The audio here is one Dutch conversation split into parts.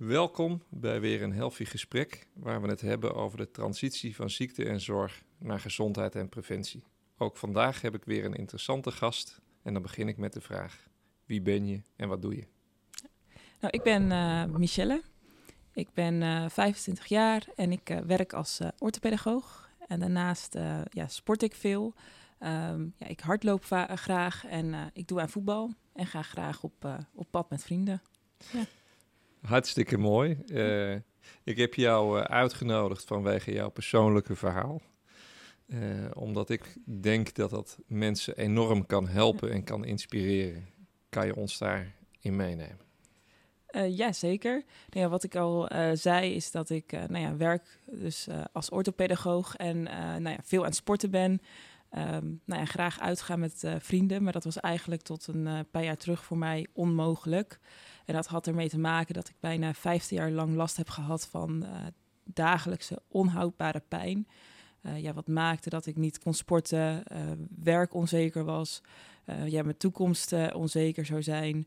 Welkom bij weer een Healthy gesprek waar we het hebben over de transitie van ziekte en zorg naar gezondheid en preventie. Ook vandaag heb ik weer een interessante gast en dan begin ik met de vraag: wie ben je en wat doe je? Nou, ik ben Michelle. Ik ben 25 jaar en ik werk als orthopedagoog. En daarnaast sport ik veel. Ik hardloop graag en ik doe aan voetbal en ga graag op pad met vrienden. Ja. Hartstikke mooi. Ik heb jou uitgenodigd vanwege jouw persoonlijke verhaal. Omdat ik denk dat dat mensen enorm kan helpen en kan inspireren. Kan je ons daarin meenemen? Ja, zeker. Wat ik al zei is dat ik werk dus, als orthopedagoog en veel aan het sporten ben. Graag uitgaan met vrienden, maar dat was eigenlijk tot een paar jaar terug voor mij onmogelijk. En dat had ermee te maken dat ik bijna 15 jaar lang last heb gehad van dagelijkse onhoudbare pijn. Wat maakte dat ik niet kon sporten, werk onzeker was, mijn toekomst onzeker zou zijn.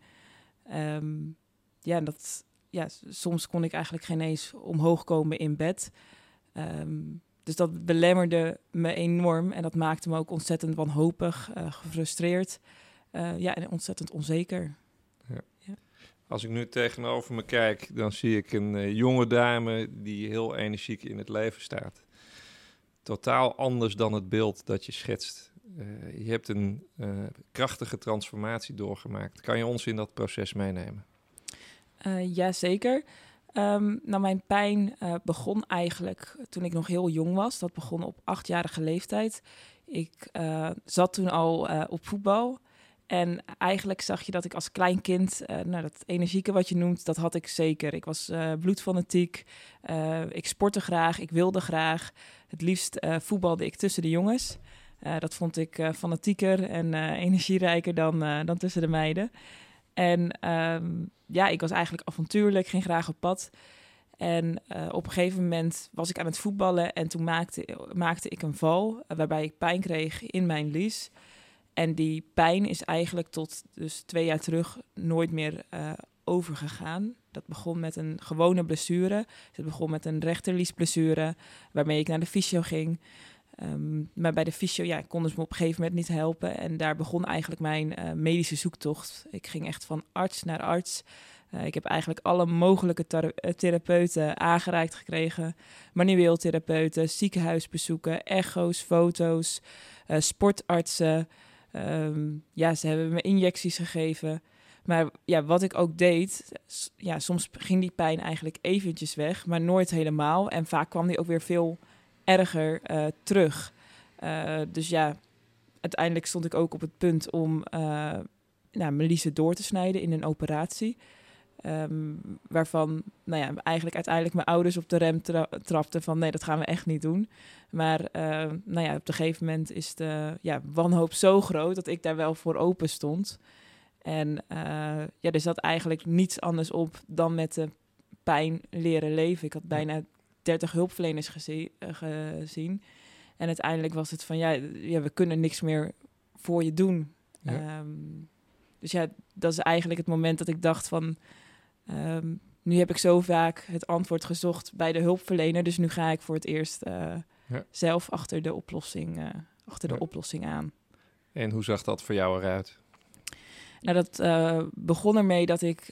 Soms kon ik eigenlijk geen eens omhoog komen in bed. Dus dat belemmerde me enorm en dat maakte me ook ontzettend wanhopig, gefrustreerd en ontzettend onzeker. Ja. Als ik nu tegenover me kijk, dan zie ik een jonge dame die heel energiek in het leven staat. Totaal anders dan het beeld dat je schetst. Je hebt een krachtige transformatie doorgemaakt. Kan je ons in dat proces meenemen? Jazeker. Mijn pijn begon eigenlijk toen ik nog heel jong was. Dat begon op 8-jarige leeftijd. Ik zat toen al op voetbal. En eigenlijk zag je dat ik als klein kind, dat energieke wat je noemt, dat had ik zeker. Ik was bloedfanatiek, ik sportte graag, ik wilde graag. Het liefst voetbalde ik tussen de jongens. Dat vond ik fanatieker en energierijker dan tussen de meiden. En ik was eigenlijk avontuurlijk, ging graag op pad. En op een gegeven moment was ik aan het voetballen en toen maakte ik een val waarbij ik pijn kreeg in mijn lies. En die pijn is eigenlijk tot dus 2 jaar terug nooit meer overgegaan. Dat begon met een gewone blessure. Dus het begon met een rechterliesblessure waarmee ik naar de fysio ging. Maar bij de fysio konden ze me op een gegeven moment niet helpen. En daar begon eigenlijk mijn medische zoektocht. Ik ging echt van arts naar arts. Ik heb eigenlijk alle mogelijke therapeuten aangereikt gekregen. Manueel therapeuten, ziekenhuisbezoeken, echo's, foto's, sportartsen. Ze hebben me injecties gegeven. Maar wat ik ook deed, soms ging die pijn eigenlijk eventjes weg, maar nooit helemaal. En vaak kwam die ook weer veel erger terug. Uiteindelijk stond ik ook op het punt om mijn liezen door te snijden in een operatie. Waarvan eigenlijk uiteindelijk mijn ouders op de rem trapten van nee, dat gaan we echt niet doen. Maar op een gegeven moment is de wanhoop zo groot dat ik daar wel voor open stond. En er zat eigenlijk niets anders op dan met de pijn leren leven. Ik had bijna 30 hulpverleners gezien. En uiteindelijk was het van we kunnen niks meer voor je doen. Ja. Dat is eigenlijk het moment dat ik dacht van nu heb ik zo vaak het antwoord gezocht bij de hulpverlener. Dus nu ga ik voor het eerst zelf achter de oplossing aan. En hoe zag dat voor jou eruit? Dat begon ermee dat ik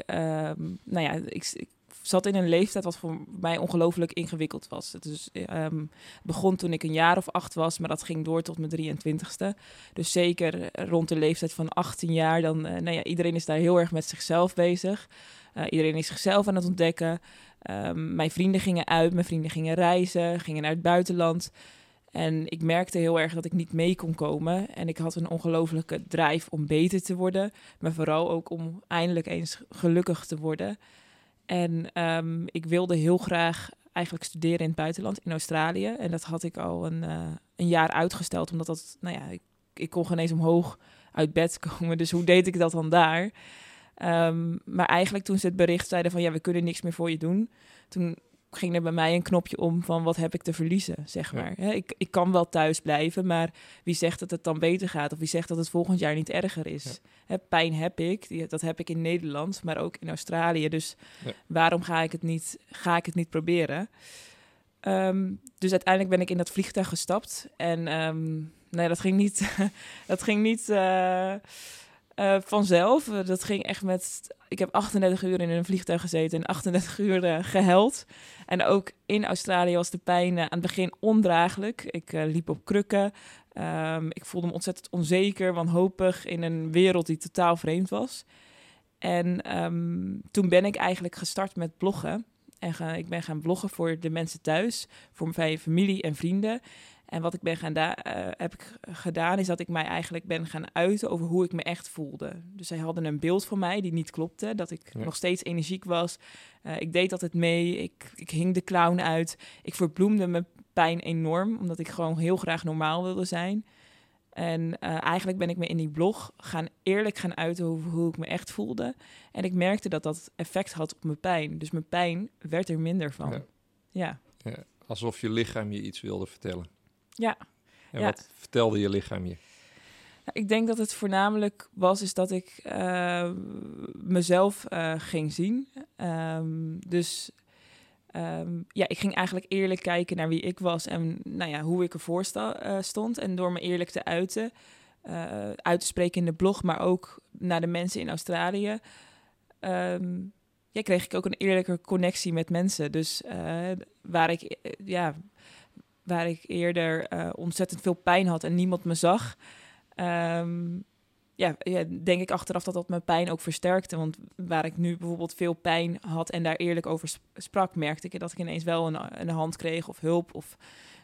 zat in een leeftijd wat voor mij ongelooflijk ingewikkeld was. Het begon toen ik een jaar of 8 was, maar dat ging door tot mijn 23ste. Dus zeker rond de leeftijd van 18 jaar, dan iedereen is daar heel erg met zichzelf bezig. Iedereen is zichzelf aan het ontdekken. Mijn vrienden gingen uit, mijn vrienden gingen reizen, gingen naar het buitenland. En ik merkte heel erg dat ik niet mee kon komen. En ik had een ongelofelijke drive om beter te worden, maar vooral ook om eindelijk eens gelukkig te worden. En ik wilde heel graag eigenlijk studeren in het buitenland, in Australië. En dat had ik al een jaar uitgesteld, omdat ik kon geen eens omhoog uit bed komen. Dus hoe deed ik dat dan daar? Maar eigenlijk toen ze het bericht zeiden van we kunnen niks meer voor je doen, toen ging er bij mij een knopje om van wat heb ik te verliezen, zeg maar. Hè, ik kan wel thuis blijven, maar wie zegt dat het dan beter gaat? Of wie zegt dat het volgend jaar niet erger is? Ja. Hè, pijn heb ik, dat heb ik in Nederland, maar ook in Australië. Dus waarom ga ik het niet proberen? Dus uiteindelijk ben ik in dat vliegtuig gestapt. En nee, dat ging niet, dat ging niet vanzelf. Dat ging echt ik heb 38 uur in een vliegtuig gezeten en 38 uur gehuild. En ook in Australië was de pijn aan het begin ondraaglijk. Ik liep op krukken. Ik voelde me ontzettend onzeker, wanhopig in een wereld die totaal vreemd was. En toen ben ik eigenlijk gestart met bloggen. En ik ben gaan bloggen voor de mensen thuis, voor mijn familie en vrienden. En wat ik heb ik gedaan, is dat ik mij eigenlijk ben gaan uiten over hoe ik me echt voelde. Dus zij hadden een beeld van mij die niet klopte, dat ik nog steeds energiek was. Ik deed altijd mee, ik hing de clown uit. Ik verbloemde mijn pijn enorm, omdat ik gewoon heel graag normaal wilde zijn. En eigenlijk ben ik me in die blog eerlijk gaan uiten over hoe ik me echt voelde. En ik merkte dat dat effect had op mijn pijn. Dus mijn pijn werd er minder van. Ja. Alsof je lichaam je iets wilde vertellen. Ja. En wat vertelde je lichaam je? Ik denk dat het voornamelijk is dat ik mezelf ging zien. Ik ging eigenlijk eerlijk kijken naar wie ik was en hoe ik ervoor stond. En door me eerlijk te uiten, uit te spreken in de blog, maar ook naar de mensen in Australië, kreeg ik ook een eerlijke connectie met mensen. Dus waar ik eerder ontzettend veel pijn had en niemand me zag, denk ik achteraf dat mijn pijn ook versterkte. Want waar ik nu bijvoorbeeld veel pijn had en daar eerlijk over sprak, merkte ik dat ik ineens wel een hand kreeg of hulp. Of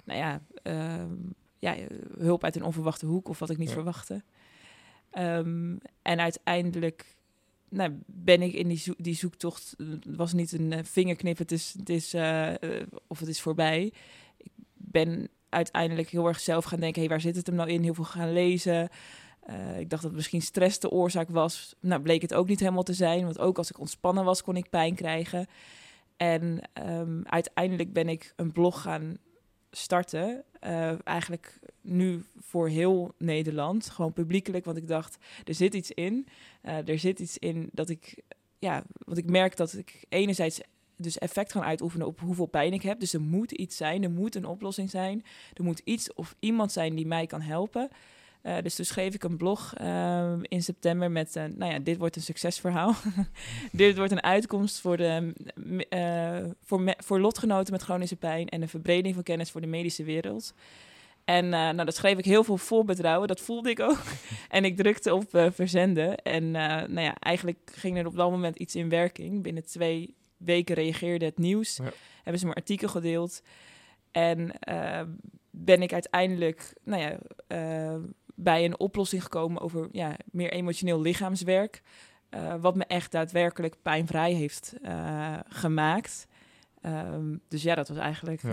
hulp uit een onverwachte hoek of wat ik niet verwachtte. En uiteindelijk ben ik in die zoektocht. Het was niet een vingerknip, het is voorbij. Ik ben uiteindelijk heel erg zelf gaan denken, waar zit het hem nou in? Heel veel gaan lezen. Ik dacht dat misschien stress de oorzaak was. Bleek het ook niet helemaal te zijn. Want ook als ik ontspannen was, kon ik pijn krijgen. En uiteindelijk ben ik een blog gaan starten. Eigenlijk nu voor heel Nederland. Gewoon publiekelijk, want ik dacht, er zit iets in. Er zit iets in dat want ik merk dat ik enerzijds dus effect gaan uitoefenen op hoeveel pijn ik heb. Dus er moet iets zijn, er moet een oplossing zijn. Er moet iets of iemand zijn die mij kan helpen. Dus toen schreef ik een blog in september met, dit wordt een succesverhaal. Dit wordt een uitkomst voor lotgenoten met chronische pijn en een verbreding van kennis voor de medische wereld. En dat schreef ik heel veel vol betrouwen, dat voelde ik ook. En ik drukte op verzenden. En eigenlijk ging er op dat moment iets in werking. Binnen 2 weken reageerde het nieuws. Hebben ze mijn artikel gedeeld. En ben ik uiteindelijk bij een oplossing gekomen over meer emotioneel lichaamswerk. Wat me echt daadwerkelijk pijnvrij heeft gemaakt. Dus dat was eigenlijk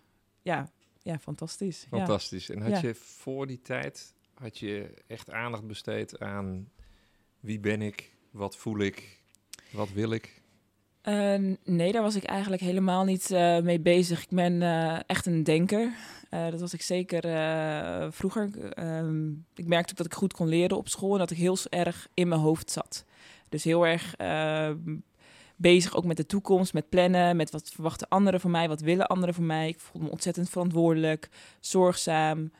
fantastisch. Fantastisch. En had je voor die tijd echt aandacht besteed aan wie ben ik, wat voel ik, wat wil ik? Nee, daar was ik eigenlijk helemaal niet mee bezig. Ik ben echt een denker. Dat was ik zeker vroeger. Ik merkte ook dat ik goed kon leren op school en dat ik heel erg in mijn hoofd zat. Dus heel erg bezig ook met de toekomst, met plannen, met wat verwachten anderen van mij, wat willen anderen van mij. Ik voelde me ontzettend verantwoordelijk, zorgzaam.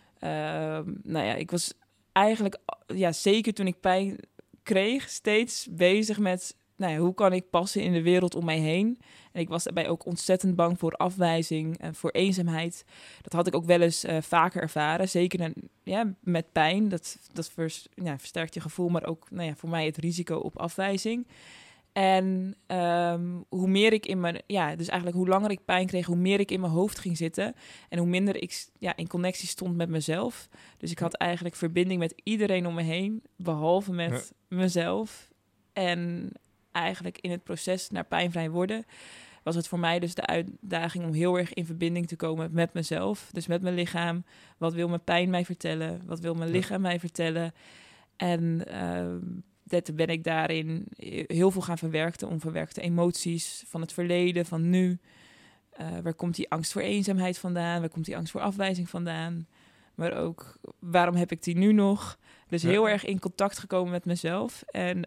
Ik was eigenlijk, zeker toen ik pijn kreeg, steeds bezig met hoe kan ik passen in de wereld om mij heen? En ik was daarbij ook ontzettend bang voor afwijzing en voor eenzaamheid. Dat had ik ook wel eens vaker ervaren. Zeker met pijn. Dat versterkt je gevoel, maar ook voor mij het risico op afwijzing. En hoe meer ik dus eigenlijk hoe langer ik pijn kreeg, hoe meer ik in mijn hoofd ging zitten. En hoe minder ik in connectie stond met mezelf. Dus ik had eigenlijk verbinding met iedereen om me heen, behalve met mezelf. En eigenlijk in het proces naar pijnvrij worden was het voor mij dus de uitdaging om heel erg in verbinding te komen met mezelf. Dus met mijn lichaam. Wat wil mijn pijn mij vertellen? Wat wil mijn lichaam mij vertellen? En ben ik daarin heel veel gaan verwerkte, onverwerkte emoties van het verleden, van nu. Waar komt die angst voor eenzaamheid vandaan? Waar komt die angst voor afwijzing vandaan? Maar ook, waarom heb ik die nu nog? Dus heel erg in contact gekomen met mezelf. En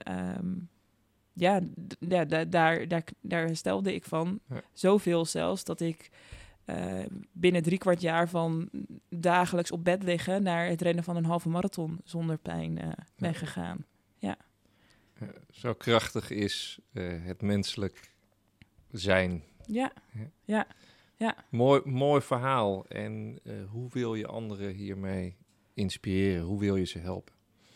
daar herstelde ik van. Ja. Zoveel zelfs, dat ik binnen 3/4 jaar van dagelijks op bed liggen naar het rennen van een halve marathon zonder pijn ben gegaan. Ja. Zo krachtig is het menselijk zijn. Ja. Mooi verhaal. En hoe wil je anderen hiermee inspireren? Hoe wil je ze helpen?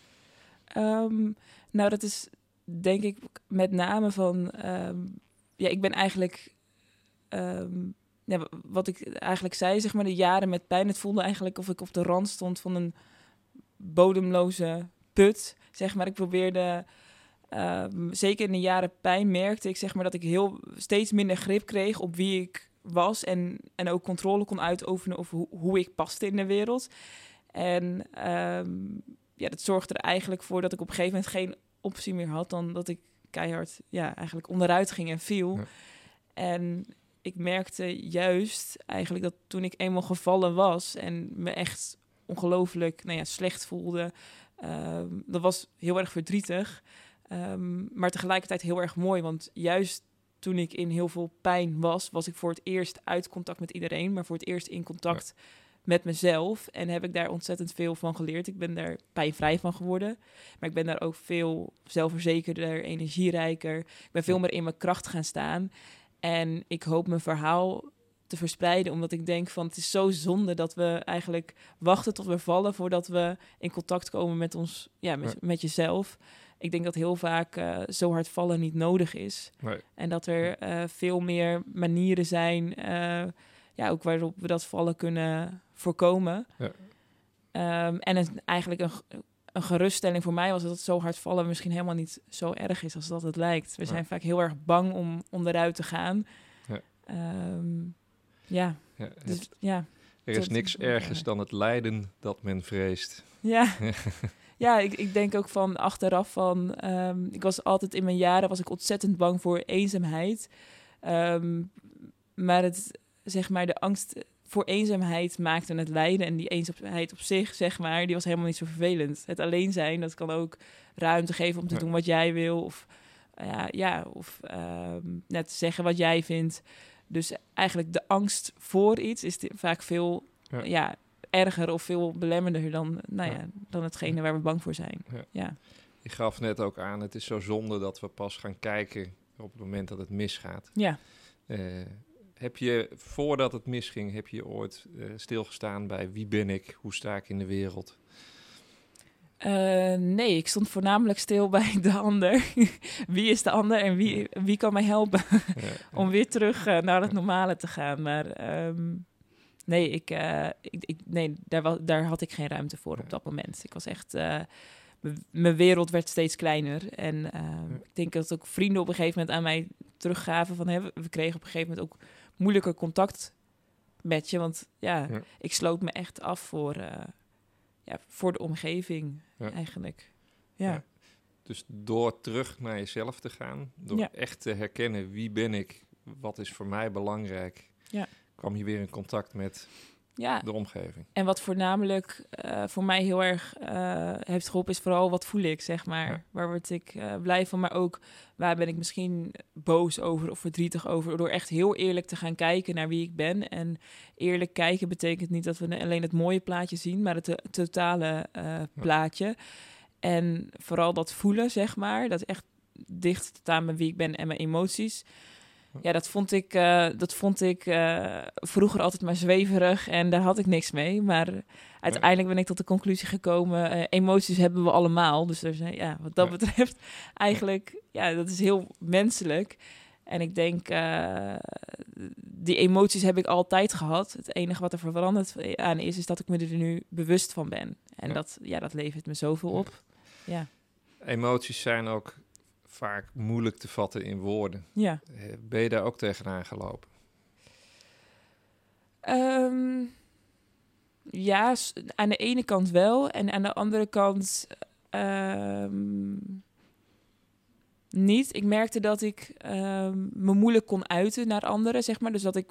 Nou, dat is denk ik met name van... ik ben eigenlijk... wat ik eigenlijk zei, zeg maar, de jaren met pijn. Het voelde eigenlijk of ik op de rand stond van een bodemloze put. Zeg maar, ik probeerde... zeker in de jaren pijn merkte ik, zeg maar, dat ik steeds minder grip kreeg op wie ik was. En ook controle kon uitoefenen over hoe ik paste in de wereld. En dat zorgde er eigenlijk voor dat ik op een gegeven moment geen optie meer had dan dat ik keihard eigenlijk onderuit ging en viel. Ja. En ik merkte juist eigenlijk dat toen ik eenmaal gevallen was en me echt ongelooflijk slecht voelde, dat was heel erg verdrietig, maar tegelijkertijd heel erg mooi, want juist toen ik in heel veel pijn was ik voor het eerst uit contact met iedereen, maar voor het eerst in contact met mezelf. En heb ik daar ontzettend veel van geleerd. Ik ben daar pijnvrij van geworden. Maar ik ben daar ook veel zelfverzekerder, energierijker. Ik ben veel meer in mijn kracht gaan staan. En ik hoop mijn verhaal te verspreiden, omdat ik denk van het is zo zonde dat we eigenlijk wachten tot we vallen voordat we in contact komen met ons, met jezelf. Ik denk dat heel vaak zo hard vallen niet nodig is. Nee. En dat er veel meer manieren zijn, ook waarop we dat vallen kunnen voorkomen. Ja. En eigenlijk een geruststelling voor mij was dat het zo hard vallen misschien helemaal niet zo erg is als dat het lijkt. We zijn vaak heel erg bang om eruit te gaan. Er is niks ergers dan het lijden dat men vreest. Ja. Ja, ik denk ook van achteraf van... ik was altijd in mijn jaren was ik ontzettend bang voor eenzaamheid. Maar de angst voor eenzaamheid maakte het lijden. En die eenzaamheid op zich, zeg maar, die was helemaal niet zo vervelend. Het alleen zijn, dat kan ook ruimte geven om te doen wat jij wil. Of net zeggen wat jij vindt. Dus eigenlijk de angst voor iets is vaak veel... erger of veel belemmerder dan hetgene waar we bang voor zijn. Ja. Je gaf net ook aan, het is zo zonde dat we pas gaan kijken op het moment dat het misgaat. Ja. Heb je, voordat het misging, heb je ooit stilgestaan bij wie ben ik, hoe sta ik in de wereld? Nee, ik stond voornamelijk stil bij de ander. Wie is de ander en wie kan mij helpen om weer terug naar het normale te gaan? Maar... Nee, daar had ik geen ruimte voor op dat moment. Ik was echt... mijn wereld werd steeds kleiner. En ik denk dat ook vrienden op een gegeven moment aan mij teruggaven van... we kregen op een gegeven moment ook moeilijker contact met je. Want ik sloot me echt af voor de omgeving eigenlijk. Ja. Dus door terug naar jezelf te gaan, door echt te herkennen wie ben ik, wat is voor mij belangrijk... kwam je weer in contact met de omgeving. En wat voornamelijk voor mij heel erg heeft geholpen... is vooral wat voel ik, zeg maar. Ja. Waar word ik blij van, maar ook... waar ben ik misschien boos over of verdrietig over... door echt heel eerlijk te gaan kijken naar wie ik ben. En eerlijk kijken betekent niet dat we alleen het mooie plaatje zien... maar het totale plaatje. En vooral dat voelen, zeg maar. Dat echt dicht staan met wie ik ben en mijn emoties... Ja, dat vond ik vroeger altijd maar zweverig en daar had ik niks mee. Maar uiteindelijk ben ik tot de conclusie gekomen, emoties hebben we allemaal. Dus er zijn, wat dat betreft eigenlijk, dat is heel menselijk. En ik denk, die emoties heb ik altijd gehad. Het enige wat er veranderd aan is dat ik me er nu bewust van ben. En dat levert me zoveel op. Ja. Emoties zijn ook... vaak moeilijk te vatten in woorden. Ja. Ben je daar ook tegenaan gelopen? Aan de ene kant wel. En aan de andere kant... niet. Ik merkte dat ik me moeilijk kon uiten naar anderen, zeg maar. Dus dat ik,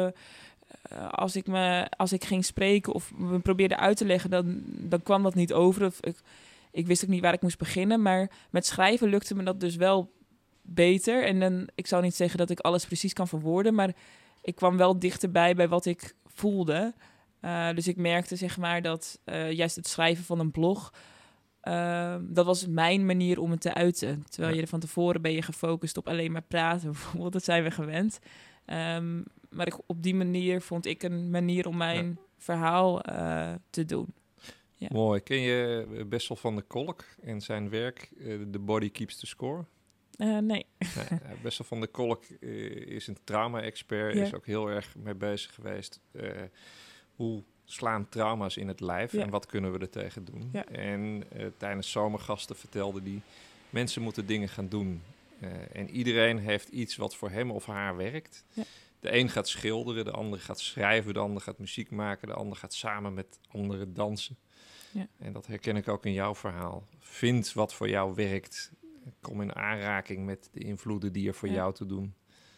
als ik ging spreken of me probeerde uit te leggen, dan kwam dat niet over. Of ik wist ook niet waar ik moest beginnen. Maar met schrijven lukte me dat dus wel beter. En dan, ik zou niet zeggen dat ik alles precies kan verwoorden, maar ik kwam wel dichterbij bij wat ik voelde. Dus ik merkte, zeg maar, dat juist het schrijven van een blog, dat was mijn manier om het te uiten. Terwijl je er van tevoren ben je gefocust op alleen maar praten, bijvoorbeeld. Dat zijn we gewend. Maar op die manier vond ik een manier om mijn verhaal te doen. Ja. Mooi. Ken je Bessel van der Kolk en zijn werk The Body Keeps the Score? Nee. Bessel van der Kolk is een trauma-expert. Is ook heel erg mee bezig geweest. Hoe slaan trauma's in het lijf en wat kunnen we er tegen doen? Ja. En tijdens zomergasten vertelde hij, mensen moeten dingen gaan doen. En iedereen heeft iets wat voor hem of haar werkt. Ja. De een gaat schilderen, de ander gaat schrijven, de ander gaat muziek maken, de ander gaat samen met anderen dansen. Ja. En dat herken ik ook in jouw verhaal. Vind wat voor jou werkt. Kom in aanraking met de invloeden die er voor jou te doen.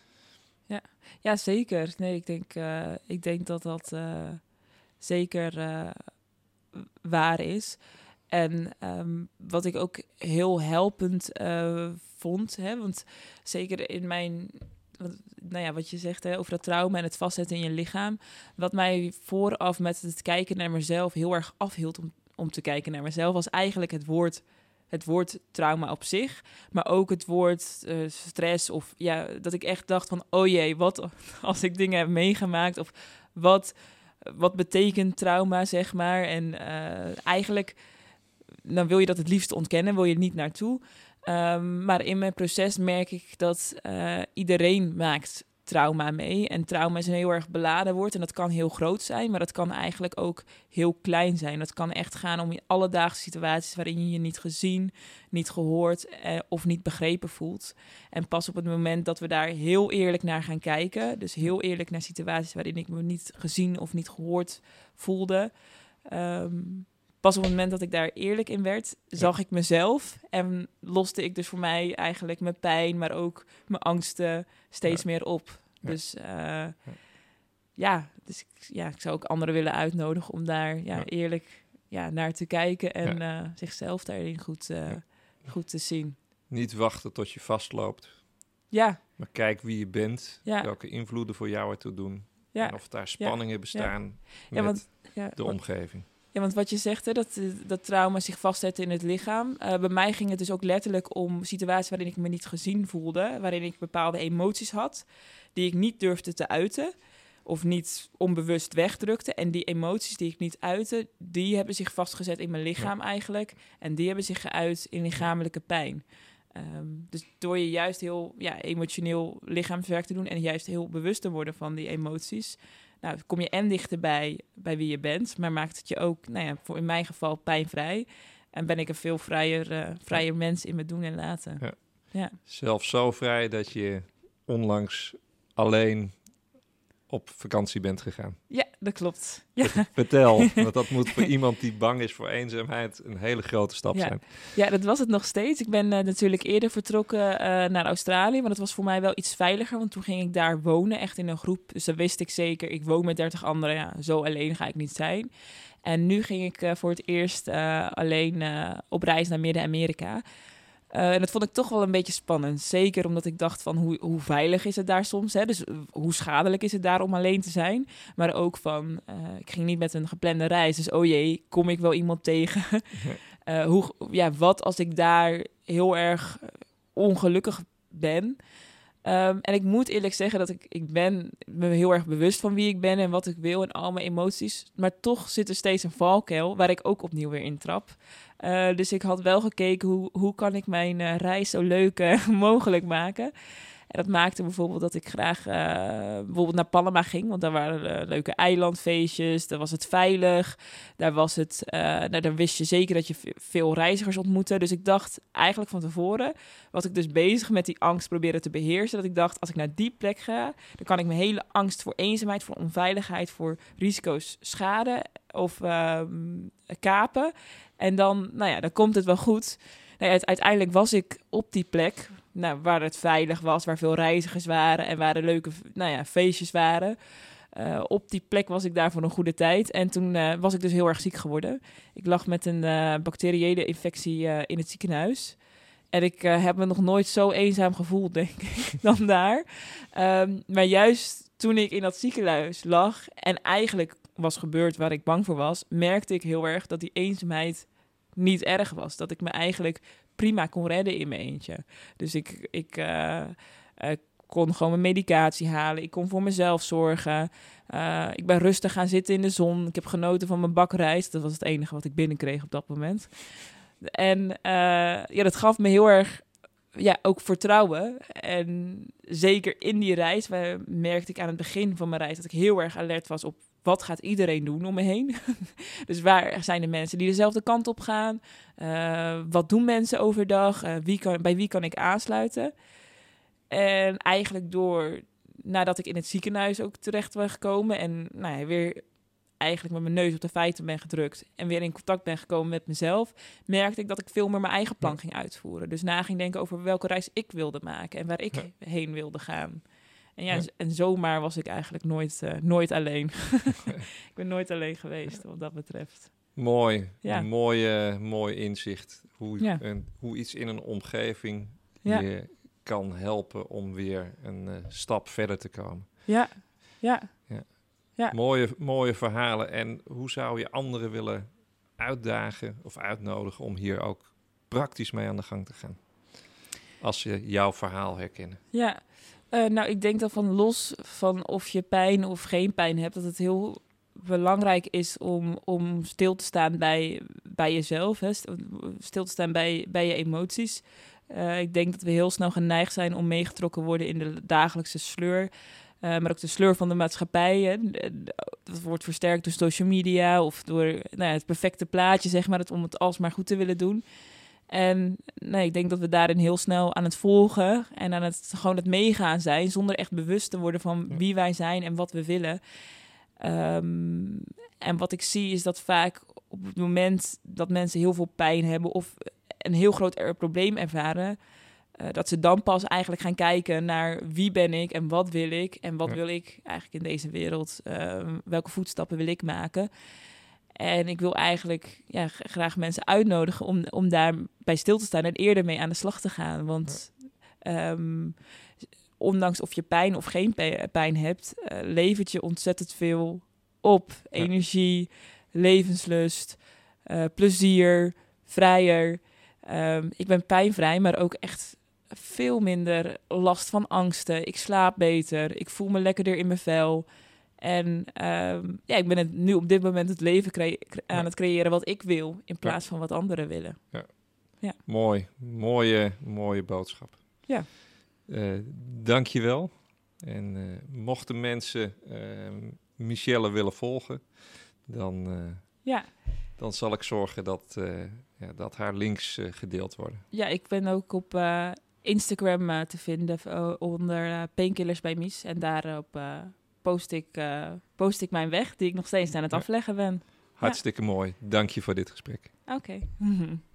Ja, zeker. Nee, ik denk dat dat zeker waar is. En wat ik ook heel helpend vond, hè, want zeker in mijn, wat je zegt over dat trauma en het vastzetten in je lichaam, wat mij vooraf met het kijken naar mezelf heel erg afhield om te kijken naar mezelf, was eigenlijk het woord trauma op zich, maar ook het woord stress of dat ik echt dacht van, oh jee, wat als ik dingen heb meegemaakt of wat betekent trauma, zeg maar. En eigenlijk, dan wil je dat het liefst ontkennen, wil je er niet naartoe. Maar in mijn proces merk ik dat iedereen maakt trauma mee. En trauma is een heel erg beladen woord en dat kan heel groot zijn, maar dat kan eigenlijk ook heel klein zijn. Dat kan echt gaan om alledaagse situaties waarin je je niet gezien, niet gehoord of niet begrepen voelt. En pas op het moment dat we daar heel eerlijk naar gaan kijken, dus heel eerlijk naar situaties waarin ik me niet gezien of niet gehoord voelde, pas op het moment dat ik daar eerlijk in werd, zag ik mezelf en loste ik dus voor mij eigenlijk mijn pijn, maar ook mijn angsten steeds meer op. Ja. Dus ik zou ook anderen willen uitnodigen om daar eerlijk naar te kijken en zichzelf daarin goed te zien. Niet wachten tot je vastloopt. Ja. Maar kijk wie je bent, welke invloeden voor jou ertoe doen. Ja. En of daar spanningen bestaan met de omgeving. Ja, want wat je zegt, hè, dat trauma zich vastzet in het lichaam. Bij mij ging het dus ook letterlijk om situaties waarin ik me niet gezien voelde. Waarin ik bepaalde emoties had die ik niet durfde te uiten. Of niet onbewust wegdrukte. En die emoties die ik niet uitte, die hebben zich vastgezet in mijn lichaam eigenlijk. En die hebben zich geuit in lichamelijke pijn. Dus door je juist heel emotioneel lichaamswerk te doen en juist heel bewust te worden van die emoties, kom je en dichterbij bij wie je bent, maar maakt het je ook, voor in mijn geval, pijnvrij. En ben ik een veel vrijer mens in mijn doen en laten. Ja. Zelfs zo vrij dat je onlangs alleen op vakantie bent gegaan. Ja, dat klopt. Ja. Vertel, want dat moet voor iemand die bang is voor eenzaamheid een hele grote stap zijn. Ja, dat was het nog steeds. Ik ben natuurlijk eerder vertrokken naar Australië, maar dat was voor mij wel iets veiliger, want toen ging ik daar wonen, echt in een groep. Dus dan wist ik zeker, ik woon met 30 anderen, zo alleen ga ik niet zijn. En nu ging ik voor het eerst alleen op reis naar Midden-Amerika. En dat vond ik toch wel een beetje spannend. Zeker omdat ik dacht van hoe veilig is het daar soms. Hè? Dus hoe schadelijk is het daar om alleen te zijn. Maar ook van, ik ging niet met een geplande reis. Dus oh jee, kom ik wel iemand tegen? Wat als ik daar heel erg ongelukkig ben? En ik moet eerlijk zeggen dat ik ben me heel erg bewust van wie ik ben en wat ik wil en al mijn emoties. Maar toch zit er steeds een valkuil waar ik ook opnieuw weer intrap. Dus ik had wel gekeken hoe kan ik mijn reis zo leuk mogelijk maken. En dat maakte bijvoorbeeld dat ik graag bijvoorbeeld naar Panama ging. Want daar waren leuke eilandfeestjes. Daar was het veilig. Daar was het, daar wist je zeker dat je veel reizigers ontmoette. Dus ik dacht eigenlijk van tevoren, was ik dus bezig met die angst proberen te beheersen. Dat ik dacht, als ik naar die plek ga, dan kan ik mijn hele angst voor eenzaamheid, voor onveiligheid, voor risico's schaden of kapen. En dan, dan komt het wel goed. Uiteindelijk was ik op die plek waar het veilig was, waar veel reizigers waren en waar er leuke feestjes waren. Op die plek was ik daar voor een goede tijd. En toen was ik dus heel erg ziek geworden. Ik lag met een bacteriële infectie in het ziekenhuis. En ik heb me nog nooit zo eenzaam gevoeld, denk ik, dan daar. Maar juist toen ik in dat ziekenhuis lag en eigenlijk was gebeurd waar ik bang voor was, merkte ik heel erg dat die eenzaamheid niet erg was. Dat ik me eigenlijk prima kon redden in mijn eentje. Dus ik kon gewoon mijn medicatie halen. Ik kon voor mezelf zorgen. Ik ben rustig gaan zitten in de zon. Ik heb genoten van mijn bakrijst. Dat was het enige wat ik binnenkreeg op dat moment. En dat gaf me heel erg ook vertrouwen. En zeker in die reis merkte ik aan het begin van mijn reis dat ik heel erg alert was op wat gaat iedereen doen om me heen. Dus waar zijn de mensen die dezelfde kant op gaan? Wat doen mensen overdag? Bij wie kan ik aansluiten? En eigenlijk nadat ik in het ziekenhuis ook terecht ben gekomen en weer eigenlijk met mijn neus op de feiten ben gedrukt en weer in contact ben gekomen met mezelf, merkte ik dat ik veel meer mijn eigen plan ging uitvoeren. Dus na ging denken over welke reis ik wilde maken en waar ik heen wilde gaan. En en zomaar was ik eigenlijk nooit alleen. Ik ben nooit alleen geweest wat dat betreft. Mooi, een mooi inzicht. Hoe iets in een omgeving je kan helpen om weer een stap verder te komen. Ja. Mooie verhalen. En hoe zou je anderen willen uitdagen of uitnodigen om hier ook praktisch mee aan de gang te gaan? Als ze jouw verhaal herkennen. Ja, ik denk dat van los van of je pijn of geen pijn hebt, dat het heel belangrijk is om stil te staan bij jezelf. Hè? Stil te staan bij je emoties. Ik denk dat we heel snel geneigd zijn om meegetrokken worden in de dagelijkse sleur. Maar ook de sleur van de maatschappij. Hè? Dat wordt versterkt door social media of door het perfecte plaatje, zeg maar, om het alsmaar goed te willen doen. En ik denk dat we daarin heel snel aan het volgen en aan het meegaan zijn, zonder echt bewust te worden van wie wij zijn en wat we willen. En wat ik zie is dat vaak op het moment dat mensen heel veel pijn hebben of een heel groot probleem ervaren, dat ze dan pas eigenlijk gaan kijken naar wie ben ik en wat wil ik en wat wil ik eigenlijk in deze wereld, welke voetstappen wil ik maken. En ik wil eigenlijk graag mensen uitnodigen om daarbij stil te staan en eerder mee aan de slag te gaan. Want ondanks of je pijn of geen pijn hebt, levert je ontzettend veel op. Energie, levenslust, plezier, vrijer. Ik ben pijnvrij, maar ook echt veel minder last van angsten. Ik slaap beter, ik voel me lekkerder in mijn vel. En ik ben nu op dit moment het leven aan het creëren wat ik wil, in plaats van wat anderen willen. Ja. Mooi. Mooie boodschap. Ja. Dank je wel. En mochten mensen Michelle willen volgen, dan zal ik zorgen dat haar links gedeeld worden. Ja, ik ben ook op Instagram te vinden onder Painkillers bij Mies. En daarop post ik mijn weg, die ik nog steeds aan het afleggen ben. Hartstikke mooi. Dank je voor dit gesprek. Oké.